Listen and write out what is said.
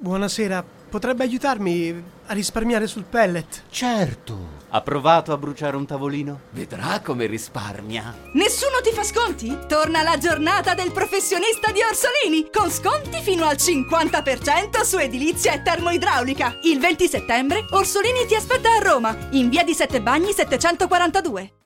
Buonasera, potrebbe aiutarmi a risparmiare sul pellet? Certo. Ha provato a bruciare un tavolino? Vedrà come risparmia. Nessuno ti fa sconti? Torna la giornata del professionista di Orsolini, con sconti fino al 50% su edilizia e termoidraulica. Il 20 settembre Orsolini ti aspetta a Roma, in via di Sette Bagni 742.